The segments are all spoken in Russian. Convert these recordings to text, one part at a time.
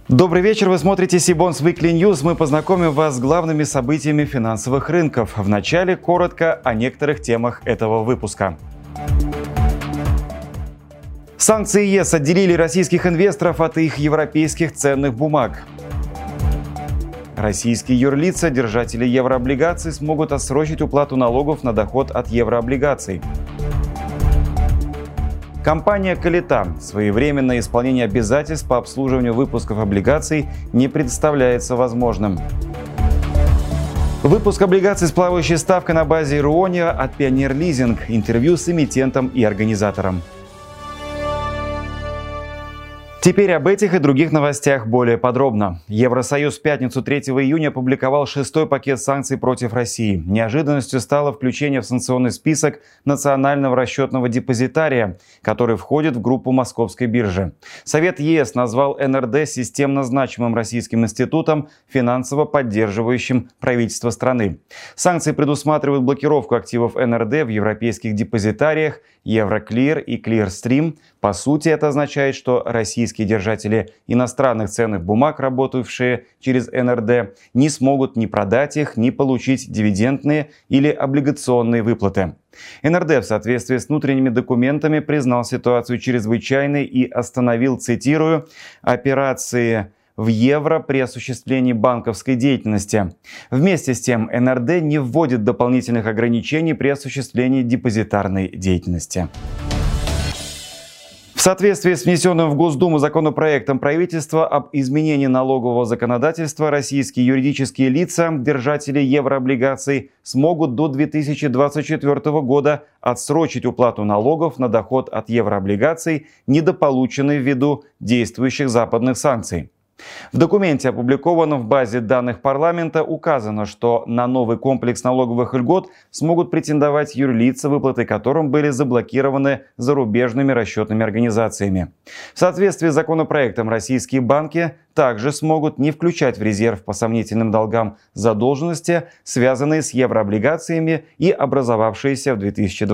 Добрый вечер, вы смотрите Сибонс Weekly News. Мы познакомим вас с главными событиями финансовых рынков. Вначале коротко о некоторых темах этого выпуска. Санкции ЕС отделили российских инвесторов от их европейских ценных бумаг. Российские юрлица, держатели еврооблигаций, смогут отсрочить уплату налогов на доход от еврооблигаций. Компания «Калита». Своевременное исполнение обязательств по обслуживанию выпусков облигаций не представляется возможным. Выпуск облигаций с плавающей ставкой на базе Руонио от Pioneer Leasing. Интервью с эмитентом и организатором. Теперь об этих и других новостях более подробно. Евросоюз в пятницу 3 июня опубликовал 6-й пакет санкций против России. Неожиданностью стало включение в санкционный список национального расчетного депозитария, который входит в группу Московской биржи. Совет ЕС назвал НРД системно значимым российским институтом, финансово поддерживающим правительство страны. Санкции предусматривают блокировку активов НРД в европейских депозитариях Евроклир и Клирстрим. По сути, это означает, что российские держатели иностранных ценных бумаг, работавшие через НРД, не смогут ни продать их, ни получить дивидендные или облигационные выплаты. НРД в соответствии с внутренними документами признал ситуацию чрезвычайной и остановил, цитирую, «операции в евро при осуществлении банковской деятельности». Вместе с тем, НРД не вводит дополнительных ограничений при осуществлении депозитарной деятельности. В соответствии с внесенным в Госдуму законопроектом правительства об изменении налогового законодательства, российские юридические лица, держатели еврооблигаций, смогут до 2024 года отсрочить уплату налогов на доход от еврооблигаций, недополученный ввиду действующих западных санкций. В документе, опубликованном в базе данных парламента, указано, что на новый комплекс налоговых льгот смогут претендовать юрлица, выплаты которым были заблокированы зарубежными расчетными организациями. В соответствии с законопроектом российские банки также смогут не включать в резерв по сомнительным долгам задолженности, связанные с еврооблигациями и образовавшиеся в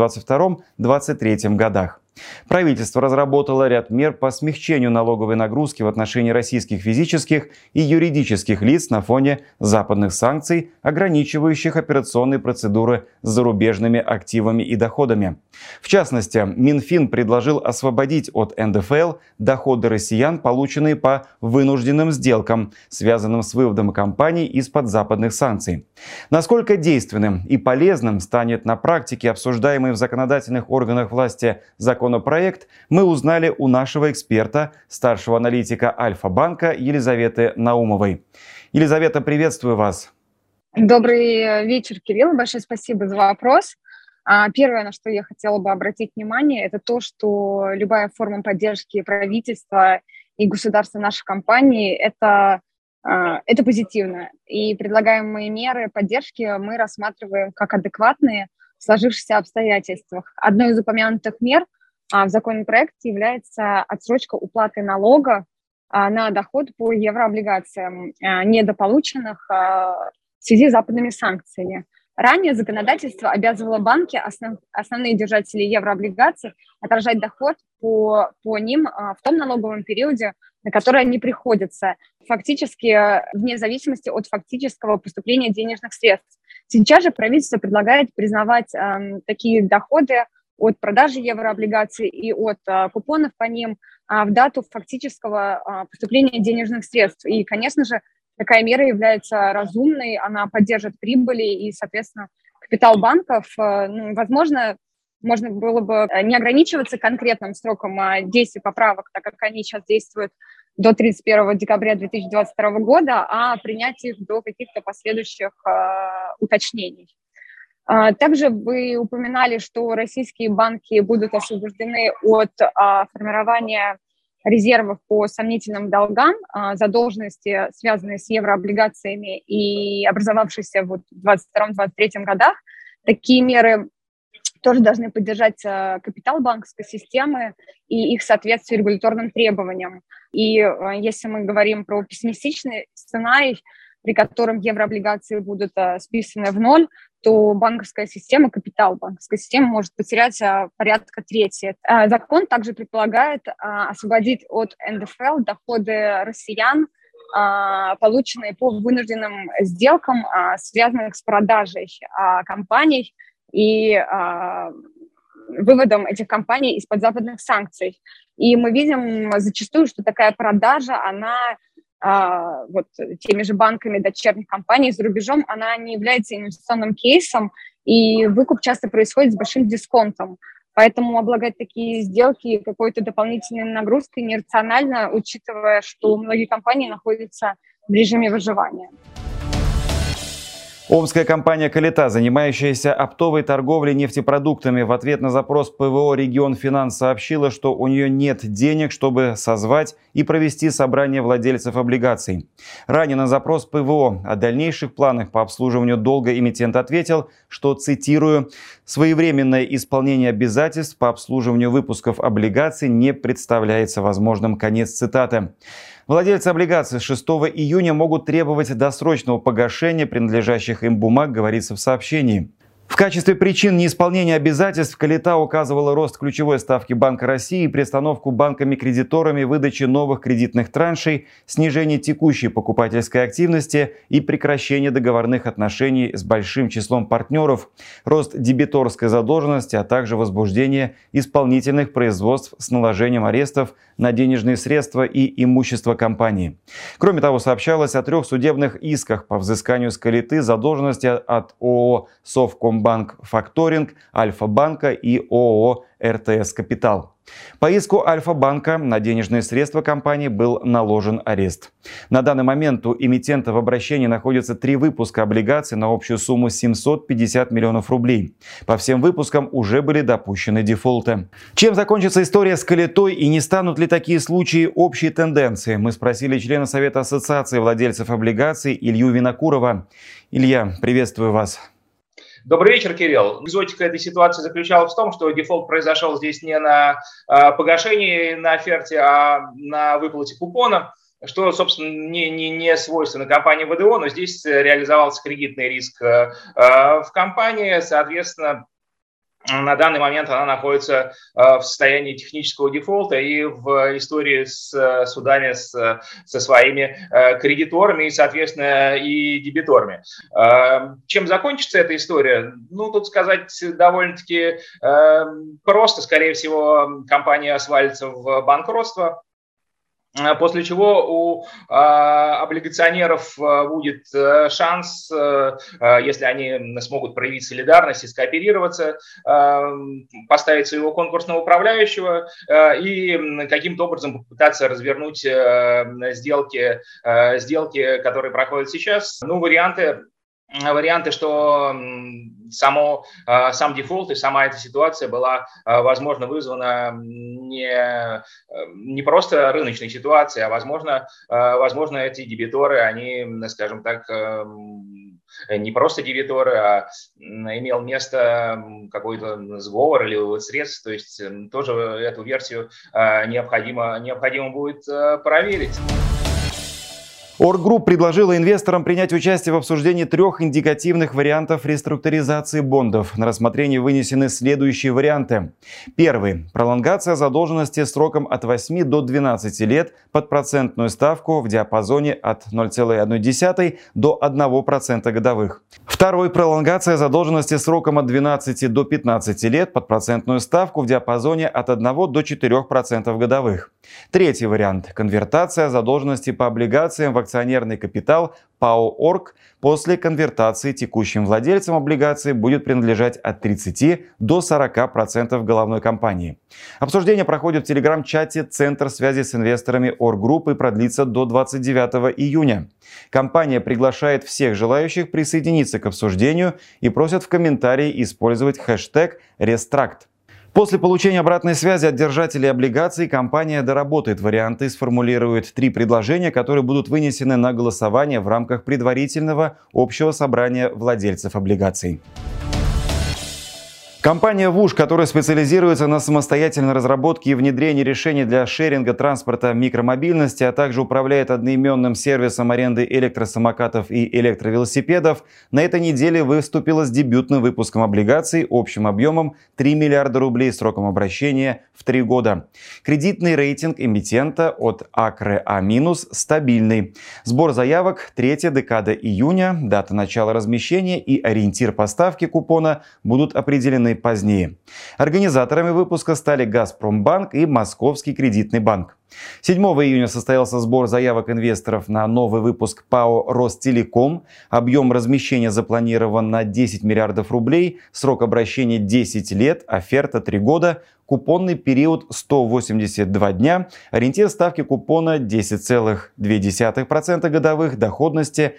2022-2023 годах. Правительство разработало ряд мер по смягчению налоговой нагрузки в отношении российских физических и юридических лиц на фоне западных санкций, ограничивающих операционные процедуры с зарубежными активами и доходами. В частности, Минфин предложил освободить от НДФЛ доходы россиян, полученные по вынужденным сделкам, связанным с выводом компаний из-под западных санкций. Насколько действенным и полезным станет на практике обсуждаемый в законодательных органах власти законопроект, мы узнали у нашего эксперта, старшего аналитика Альфа-банка Елизаветы Наумовой. Елизавета, приветствую вас. Добрый вечер, Кирилл. Большое спасибо за вопрос. Первое, на что я хотела бы обратить внимание, это то, что любая форма поддержки правительства и государства нашей компании это позитивно. И предлагаемые меры поддержки мы рассматриваем как адекватные в сложившихся обстоятельствах. Одной из упомянутых мер в законопроекте является отсрочка уплаты налога на доход по еврооблигациям, недополученных в связи с западными санкциями. Ранее законодательство обязывало банки, основные держатели еврооблигаций, отражать доход по ним в том налоговом периоде, на который они приходятся, фактически вне зависимости от фактического поступления денежных средств. Сейчас же правительство предлагает признавать такие доходы от продажи еврооблигаций и от купонов по ним в дату фактического поступления денежных средств. И, конечно же, такая мера является разумной, она поддержит прибыли и, соответственно, капитал банков. Возможно, можно было бы не ограничиваться конкретным сроком действия поправок, так как они сейчас действуют до 31 декабря 2022 года, а принять их до каких-то последующих уточнений. Также вы упоминали, что российские банки будут освобождены от формирования резервов по сомнительным долгам, задолженности, связанные с еврооблигациями и образовавшиеся в 2022-2023 годах. Такие меры тоже должны поддержать капитал банковской системы и их соответствие регуляторным требованиям. И если мы говорим про пессимистичный сценарий, при котором еврооблигации будут списаны в ноль, то банковская система, капитал банковской системы может потерять порядка трети. Закон также предполагает освободить от НДФЛ доходы россиян, полученные по вынужденным сделкам, связанных с продажей компаний и выводом этих компаний из-под западных санкций. И мы видим зачастую, что такая продажа, она вот теми же банками дочерних компаний за рубежом, она не является инвестиционным кейсом, и выкуп часто происходит с большим дисконтом. Поэтому облагать такие сделки какой-то дополнительной нагрузкой нерационально, учитывая, что многие компании находятся в режиме выживания. Омская компания «Калита», занимающаяся оптовой торговлей нефтепродуктами, в ответ на запрос ПВО «Регионфинанс» сообщила, что у нее нет денег, чтобы созвать и провести собрание владельцев облигаций. Ранее на запрос ПВО о дальнейших планах по обслуживанию долга эмитент ответил, что, цитирую, «своевременное исполнение обязательств по обслуживанию выпусков облигаций не представляется возможным». Конец цитаты. Владельцы облигаций с 6 июня могут требовать досрочного погашения принадлежащих им бумаг, говорится в сообщении. В качестве причин неисполнения обязательств «Калита» указывала рост ключевой ставки Банка России, приостановку банками-кредиторами выдачи новых кредитных траншей, снижение текущей покупательской активности и прекращение договорных отношений с большим числом партнеров, рост дебиторской задолженности, а также возбуждение исполнительных производств с наложением арестов на денежные средства и имущество компании. Кроме того, сообщалось о 3 судебных исках по взысканию с «Калиты» задолженности от ООО «Совкомбанк Факторинг», Альфа-банка и ООО «РТС Капитал». По иску Альфа-банка на денежные средства компании был наложен арест. На данный момент у эмитента в обращении находится 3 выпуска облигаций на общую сумму 750 миллионов рублей. По всем выпускам уже были допущены дефолты. Чем закончится история с «Калитой» и не станут ли такие случаи общей тенденцией? Мы спросили члена Совета Ассоциации владельцев облигаций Илью Винокурова. Илья, приветствую вас. Добрый вечер, Кирилл. Экзотика этой ситуации заключалась в том, что дефолт произошел здесь не на погашении на оферте, а на выплате купона, что, собственно, не свойственно компании ВДО, но здесь реализовался кредитный риск в компании, соответственно, на данный момент она находится в состоянии технического дефолта и в истории с судами со своими кредиторами и, соответственно, и дебиторами. Чем закончится эта история? Ну, тут сказать довольно-таки просто. Скорее всего, компания свалится в банкротство, после чего у облигационеров будет шанс, если они смогут проявить солидарность и скооперироваться, поставить своего конкурсного управляющего и каким-то образом попытаться развернуть сделки, которые проходят сейчас. Ну, варианты, что сам дефолт и сама эта ситуация была, возможно, вызвана не просто рыночной ситуацией, а, возможно, эти дебиторы, они, скажем так, не просто дебиторы, а имел место какой-то сговор или вывод средств. То есть тоже эту версию необходимо будет проверить. Оргрупп предложила инвесторам принять участие в обсуждении 3 индикативных вариантов реструктуризации бондов. На рассмотрение вынесены следующие варианты. Первый. Пролонгация задолженности сроком от 8 до 12 лет под процентную ставку в диапазоне от 0,1 до 1% годовых. Второй. Пролонгация задолженности сроком от 12 до 15 лет под процентную ставку в диапазоне от 1 до 4% годовых. Третий вариант. Конвертация задолженности по облигациям в акционерный капитал ПАО «Орг» после конвертации текущим владельцам облигаций будет принадлежать от 30 до 40% головной компании. Обсуждение проходит в телеграм-чате «Центр связи с инвесторами Оргрупп» и продлится до 29 июня. Компания приглашает всех желающих присоединиться к обсуждению и просит в комментарии использовать хэштег «Рестракт». После получения обратной связи от держателей облигаций компания доработает варианты и сформулирует 3 предложения, которые будут вынесены на голосование в рамках предварительного общего собрания владельцев облигаций. Компания ВУШ, которая специализируется на самостоятельной разработке и внедрении решений для шеринга транспорта микромобильности, а также управляет одноименным сервисом аренды электросамокатов и электровелосипедов, на этой неделе выступила с дебютным выпуском облигаций общим объемом 3 миллиарда рублей сроком обращения в 3 года. Кредитный рейтинг эмитента от АКРЭ А- стабильный. Сбор заявок 3-я декада июня, дата начала размещения и ориентир поставки купона будут определены позднее. Организаторами выпуска стали «Газпромбанк» и Московский кредитный банк. 7 июня состоялся сбор заявок инвесторов на новый выпуск ПАО «Ростелеком». Объем размещения запланирован на 10 миллиардов рублей, срок обращения 10 лет, оферта 3 года, купонный период 182 дня, ориентир ставки купона 10,2% годовых, доходности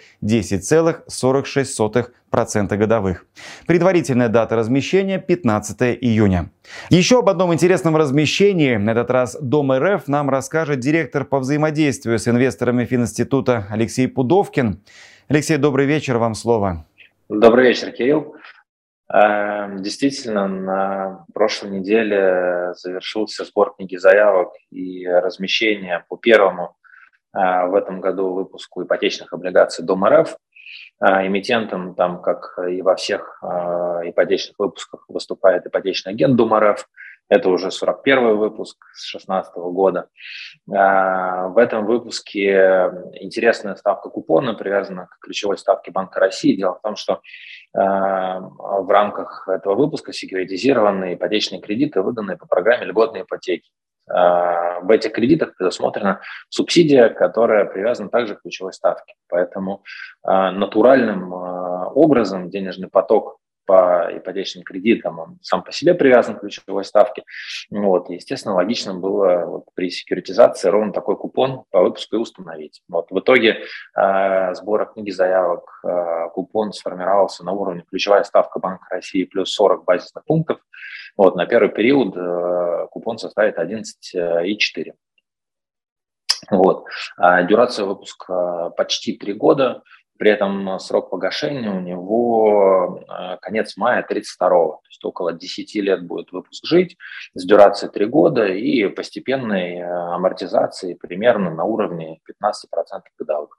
10,46% годовых. Предварительная дата размещения 15 июня. Еще об одном интересном размещении, на этот раз Дом РФ, нам расскажет директор по взаимодействию с инвесторами Фининститута Алексей Пудовкин. Алексей, добрый вечер, вам слово. Добрый вечер, Кирилл. Действительно, на прошлой неделе завершился сбор книги заявок и размещение по первому в этом году выпуску ипотечных облигаций Дом РФ. Эмитентом там, как и во всех ипотечных выпусках, выступает ипотечный агент Дом РФ. Это уже 41-й выпуск с 2016 года. В этом выпуске интересная ставка купона привязана к ключевой ставке Банка России. Дело в том, что в рамках этого выпуска секьюритизированы ипотечные кредиты, выданные по программе льготной ипотеки. В этих кредитах предусмотрена субсидия, которая привязана также к ключевой ставке. Поэтому натуральным образом денежный поток по ипотечным кредитам, он сам по себе привязан к ключевой ставке. Естественно, логично было при секьюритизации ровно такой купон по выпуску и установить. В итоге сбора книги заявок купон сформировался на уровне ключевая ставка Банка России плюс 40 базисных пунктов. На первый период купон составит 11,4. Дюрация выпуска почти 3 года. При этом срок погашения у него конец мая 32-го, то есть около 10 лет будет выпуск жить, с дюрацией 3 года и постепенной амортизацией примерно на уровне 15% годовых.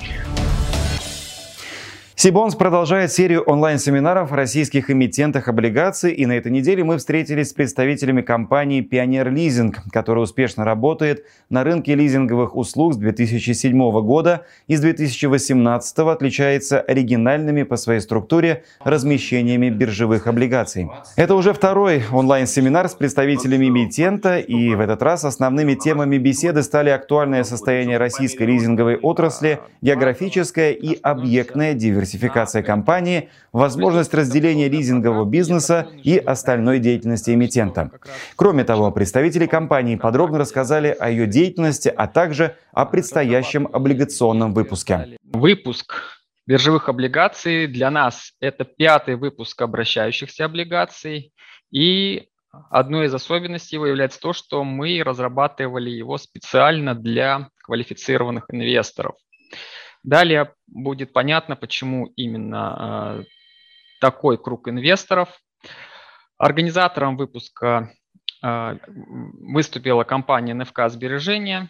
Сибонс продолжает серию онлайн-семинаров о российских эмитентах облигаций, и на этой неделе мы встретились с представителями компании «Пионер Лизинг», которая успешно работает на рынке лизинговых услуг с 2007 года и с 2018 отличается оригинальными по своей структуре размещениями биржевых облигаций. Это уже второй онлайн-семинар с представителями эмитента, и в этот раз основными темами беседы стали актуальное состояние российской лизинговой отрасли, географическая и объектная диверсификация компании, возможность разделения лизингового бизнеса и остальной деятельности эмитента. Кроме того, представители компании подробно рассказали о ее деятельности, а также о предстоящем облигационном выпуске. Выпуск биржевых облигаций для нас – это 5-й выпуск обращающихся облигаций. И одной из особенностей его является то, что мы разрабатывали его специально для квалифицированных инвесторов. Далее будет понятно, почему именно такой круг инвесторов. Организатором выпуска выступила компания НФК Сбережения.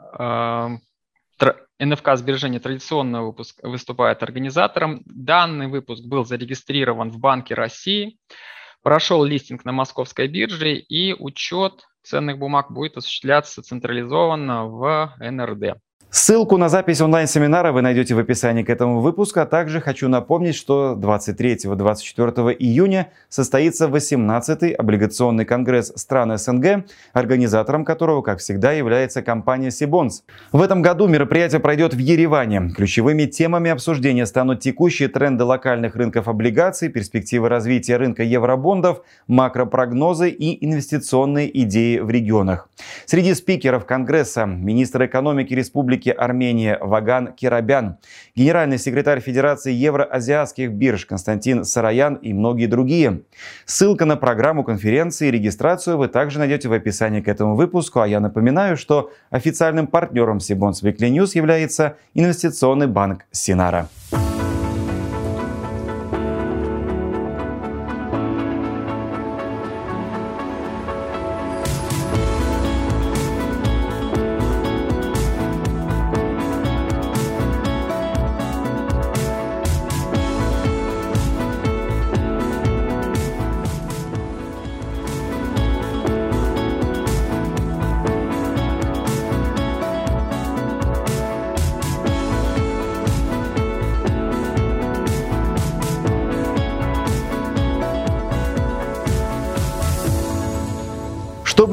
НФК Сбережения традиционно выступает организатором. Данный выпуск был зарегистрирован в Банке России, прошел листинг на Московской бирже, и учет ценных бумаг будет осуществляться централизованно в НРД. Ссылку на запись онлайн-семинара вы найдете в описании к этому выпуску, а также хочу напомнить, что 23-24 июня состоится 18-й облигационный конгресс стран СНГ, организатором которого, как всегда, является компания Сибонс. В этом году мероприятие пройдет в Ереване. Ключевыми темами обсуждения станут текущие тренды локальных рынков облигаций, перспективы развития рынка евробондов, макропрогнозы и инвестиционные идеи в регионах. Среди спикеров конгресса министр экономики Республики Армения Ваган Керабян, генеральный секретарь Федерации евроазиатских бирж Константин Сараян и многие другие. Ссылка на программу конференции и регистрацию вы также найдете в описании к этому выпуску. А я напоминаю, что официальным партнером Сибонс Weekly News является инвестиционный банк Синара.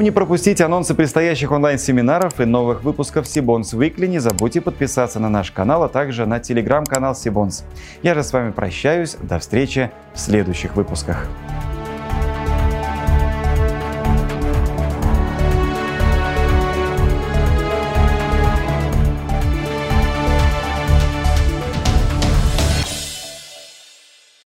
Чтобы не пропустить анонсы предстоящих онлайн-семинаров и новых выпусков Сибонс Weekly, не забудьте подписаться на наш канал, а также на телеграм-канал Сибонс. Я же с вами прощаюсь. До встречи в следующих выпусках.